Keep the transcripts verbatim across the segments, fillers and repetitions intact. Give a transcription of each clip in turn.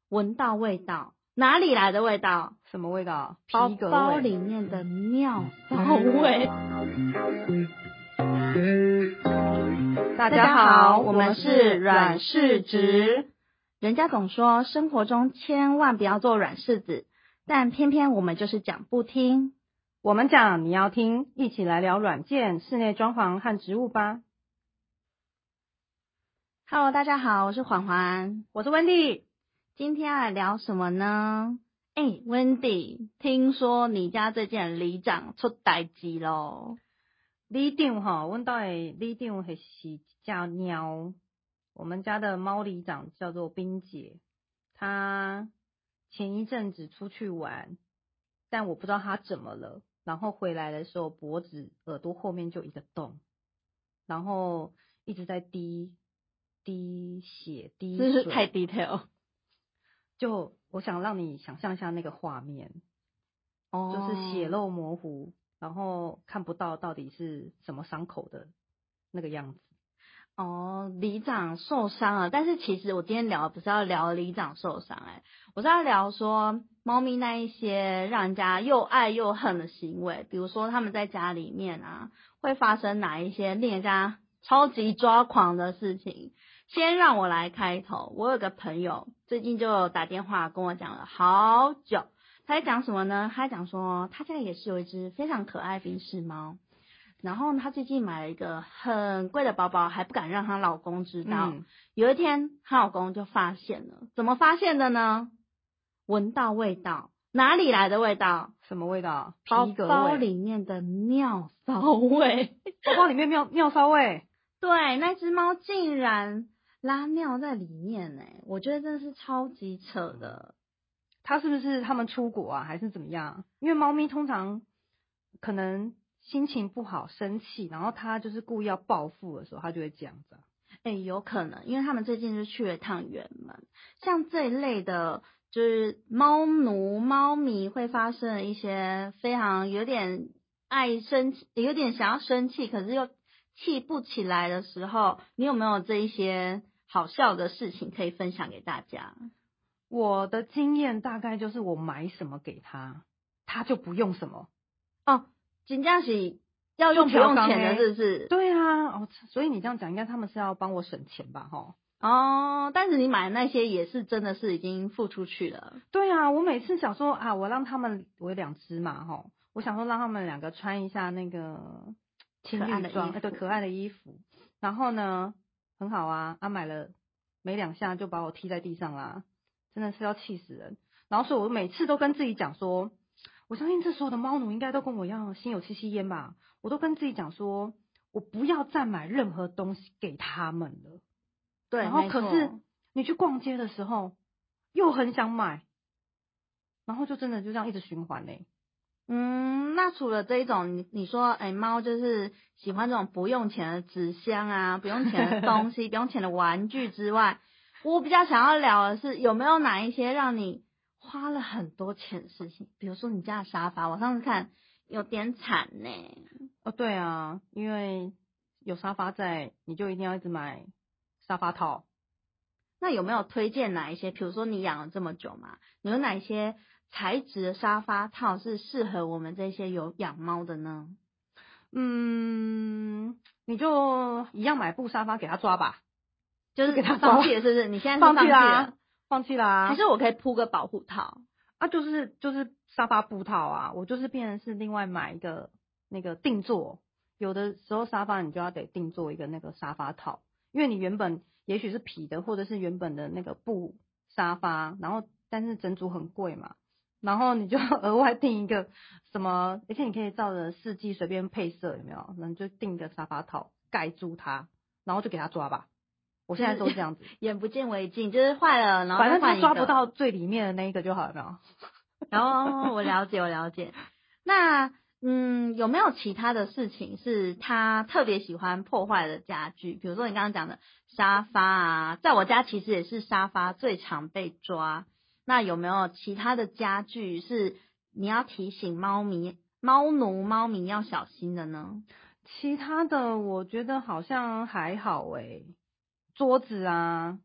闻到味道，哪里来的味道？ 什么味道？ 包皮革味。 包里面的尿骚味。 大家好，我们是软软柿子。人家总说生活中千万不要做软柿子，但偏偏我们就是讲不听。 我们讲你要听，一起来聊软件、室内装潢和植物吧。 Hello， 大家好，我是环环， 我是温蒂。 今天要来聊什么呢？哎，温蒂，听说你家最近的里长出代志咯？ 里长哈，阮家的里长是一只猫，我们家的猫里长叫做冰姐，她前一阵子出去玩，但我不知道她怎么了，然后回来的时候脖子、耳朵后面就一个洞，然后一直在滴滴血、滴水， 是不是太 detail？ 就我想让你想象一下那个画面， 哦， 就是血肉模糊。然后看不到到底是什么伤口的那个样子。 哦，里长受伤了，但是其实我今天聊的不是要聊里长受伤，哎，我是要聊说猫咪那一些让人家又爱又恨的行为，比如说他们在家里面啊，会发生哪一些令人家超级抓狂的事情。先让我来开头，我有个朋友最近就打电话跟我讲了好久。他在讲什么呢？他在讲说他家也是有一只非常可爱的冰室猫，然后他最近买了一个很贵的包包，还不敢让她老公知道。 嗯、 有一天她老公就发现了，怎么发现的呢？闻到味道，哪里来的味道？ 什么味道？ 包皮革味。 包里面的尿骚味。 包包里面尿尿骚味。 对，那只猫竟然拉尿在里面，哎，我觉得真的是超级扯的。 他是不是他们出国啊，还是怎么样？因为猫咪通常可能心情不好、生气，然后他就是故意要报复的时候，他就会这样子、啊。 哎、欸，有可能，因为他们最近就去了一趟圆门，像这一类的，就是猫奴、猫迷会发生一些非常有点爱生气，有点想要生气，可是又气不起来的时候，你有没有这一些好笑的事情可以分享给大家？ 我的经验大概就是我买什么给他，他就不用什么。 哦，真的是要用不用钱的，是不是？ 对啊，哦，所以你这样讲，应该他们是要帮我省钱吧，齁。 哦，但是你买的那些也是真的是已经付出去了。 对啊，我每次想说啊，我让他们，我有两只嘛，齁，我想说让他们两个穿一下那个情侣装，哎，对，可爱的衣服。然后呢，很好啊，他、啊、买了没两下就把我踢在地上啦，真的是要气死人。然后所以我每次都跟自己讲说，我相信这所有的猫奴应该都跟我一样心有戚戚焉吧。我都跟自己讲说，我不要再买任何东西给他们了。 对， 然后可是你去逛街的时候又很想买，然后就真的就这样一直循环嘞。 嗯，那除了这一种，你你说，哎，猫就是喜欢这种不用钱的纸箱啊，不用钱的东西，不用钱的玩具之外，我比较想要聊的是，有没有哪一些让你花了很多钱的事情？比如说你家的沙发，我上次看有点惨呢。 哦，对啊，因为有沙发在，你就一定要一直买沙发套。 那有没有推荐哪一些？比如说你养了这么久嘛，你有哪一些材质的沙发套是适合我们这些有养猫的呢？ 嗯，你就一样买布沙发给他抓吧， 就是给他放弃了，是不是？你现在是放弃啦，放弃啦。 还是我可以铺个保护套啊？就是就是沙发布套啊，我就是变成是另外买一个那个定做，有的时候沙发你就要得定做一个那个沙发套，因为你原本也许是皮的，或者是原本的那个布沙发，然后但是整组很贵嘛，然后你就额外订一个什么，而且你可以照着四季随便配色，有没有？然后就订一个沙发套盖住它，然后就给它抓吧。我现在都这样子， 眼不见为净，就是坏了，然后反正他抓不到最里面的那一个就好，有没有？ 然后我了解，我了解。那嗯，有没有其他的事情是他特别喜欢破坏的家具？比如说你刚刚讲的沙发啊，在我家其实也是沙发最常被抓。那有没有其他的家具是你要提醒猫咪、猫奴、猫咪要小心的呢？ 其他的我觉得好像还好诶，桌子啊，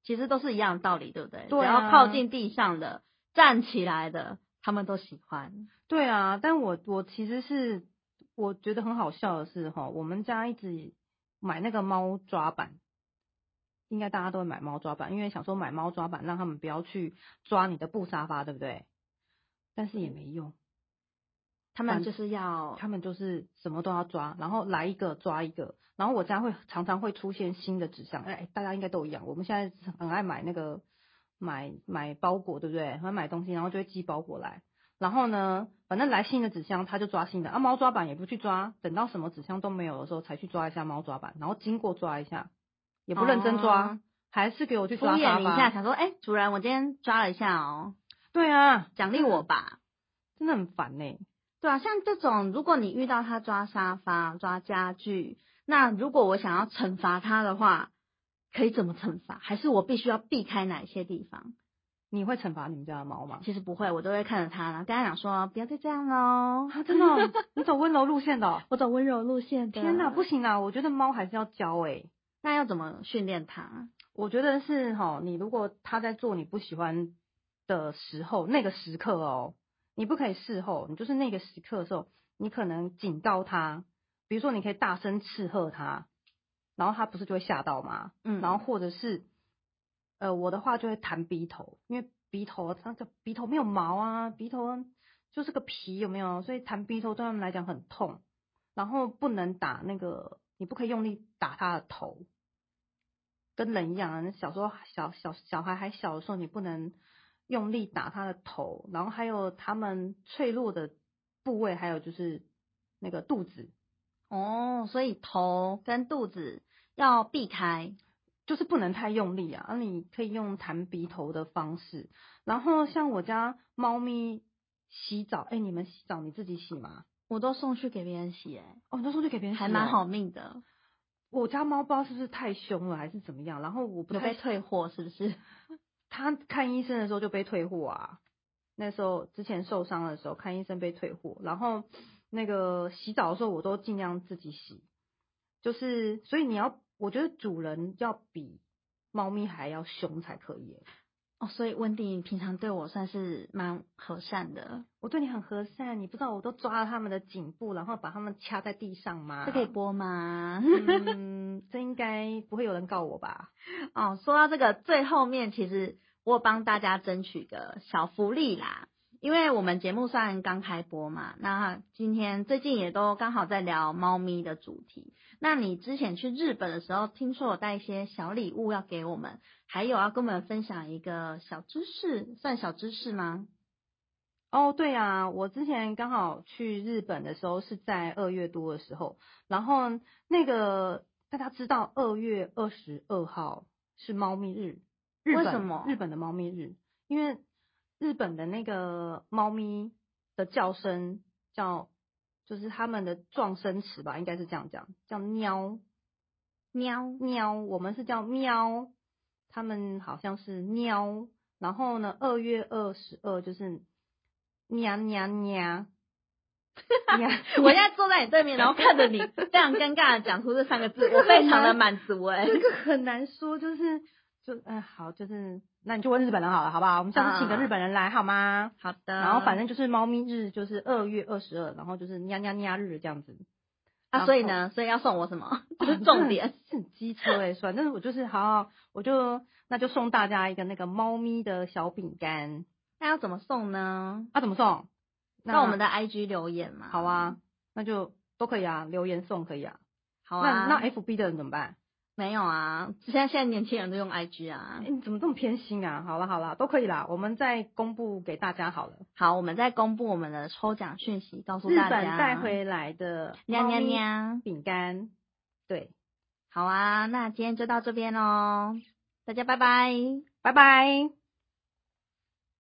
其实都是一样的道理，对不对？ 对啊， 只要靠近地上的、站起来的，他们都喜欢。 对啊，但我我其实是我觉得很好笑的是哈，我们家一直买那个猫抓板，应该大家都会买猫抓板，因为想说买猫抓板让他们不要去抓你的布沙发，对不对？但是也没用， 他们就是要， 他们就是什么都要抓，然后来一个抓一个，然后我家会常常会出现新的纸箱，哎，大家应该都一样，我们现在很爱买那个买买包裹，对不对？很爱买东西，然后就会寄包裹来，然后呢，反正来新的纸箱他就抓新的，啊，猫抓板也不去抓，等到什么纸箱都没有的时候才去抓一下猫抓板，然后经过抓一下，也不认真抓，哦、还是给我去抓沙发， 敷衍你一下，想说，哎、欸，主人，我今天抓了一下哦。 对啊， 奖励我吧， 真的很烦呢、欸。 对啊，像这种，如果你遇到他抓沙发、抓家具，那如果我想要惩罚他的话，可以怎么惩罚？还是我必须要避开哪些地方？ 你会惩罚你们家的猫吗？ 其实不会，我都会看着他，然后跟他讲说，不要再这样喽。 啊，真的、哦，你走温柔路线的、哦， 我走温柔路线的。 天哪，不行啊！我觉得猫还是要教哎、欸。 那要怎么训练它？ 我觉得是哈，你如果他在做你不喜欢的时候，那个时刻哦，你不可以事后，你就是那个时刻的时候，你可能警告他，比如说你可以大声斥喝他，然后他不是就会吓到吗？嗯，然后或者是，呃，我的话就会弹鼻头，因为鼻头那个鼻头没有毛啊，鼻头就是个皮有没有？所以弹鼻头对他们来讲很痛，然后不能打那个，你不可以用力打他的头。跟人一样啊，小时候小小小孩还小的时候，你不能用力打他的头，然后还有他们脆弱的部位，还有就是那个肚子。 哦，所以头跟肚子要避开， 就是不能太用力啊。你可以用弹鼻头的方式。然后像我家猫咪洗澡，哎，你们洗澡你自己洗吗？ 我都送去给别人洗、欸，哎， 哦，你都送去给别人洗、哦， 还蛮好命的。 我家猫不知道是不是太凶了还是怎么样，然后我不太有被退货是不是？ 他看医生的时候就被退货啊，那时候之前受伤的时候看医生被退货，然后那个洗澡的时候我都尽量自己洗，就是所以你要，我觉得主人要比猫咪还要凶才可以耶。 哦，所以温迪你平常对我算是蛮和善的。 我对你很和善，你不知道我都抓了他们的颈部，然后把他们掐在地上吗？ 这可以播吗？ 嗯，这应该不会有人告我吧？ 哦，说到这个最后面，其实我有帮大家争取个小福利啦。因为我们节目算刚开播嘛，那今天最近也都刚好在聊猫咪的主题。那你之前去日本的时候，听说有带一些小礼物要给我们，还有要跟我们分享一个小知识，算小知识吗？ 哦，对啊，我之前刚好去日本的时候是在二月多的时候，然后那个大家知道二月二十二号是猫咪日，日本为什么？ 日本的猫咪日，因为日本的那个猫咪的叫声叫，就是他们的撞声词吧，应该是这样讲，叫喵喵喵，我们是叫喵，他们好像是喵，然后呢，二月二十二就是娘娘娘， 我现在坐在你对面，然后看着你非常尴尬的讲出这三个字，我非常的满足哎、欸。 这个很难说，就是就哎、呃、好，就是那你就问日本人好了，好不好？我们下次请个日本人来、啊、好吗？ 好的。 然后反正就是猫咪日，就是二月二十二，然后就是娘娘娘日这样子。 啊，所以呢，所以要送我什么？这是重点。 是很机车哎、欸，反正我就是好，我就那就送大家一个那个猫咪的小饼干。 那要怎么送呢？ 啊，怎么送？ 那我们的 I G 留言嘛。 好啊，那就都可以啊，留言送可以啊。 好啊。 那那 F B 的人怎么办？ 没有啊，现在现在年轻人都用 I G 啊。 欸、你怎么这么偏心啊？好啦好啦，都可以啦，我们再公布给大家好了。 好，我们再公布我们的抽奖讯息，告诉大家。 日本带回来的喵喵喵饼干。对， 好啊，那今天就到这边咯，大家拜拜， 拜拜。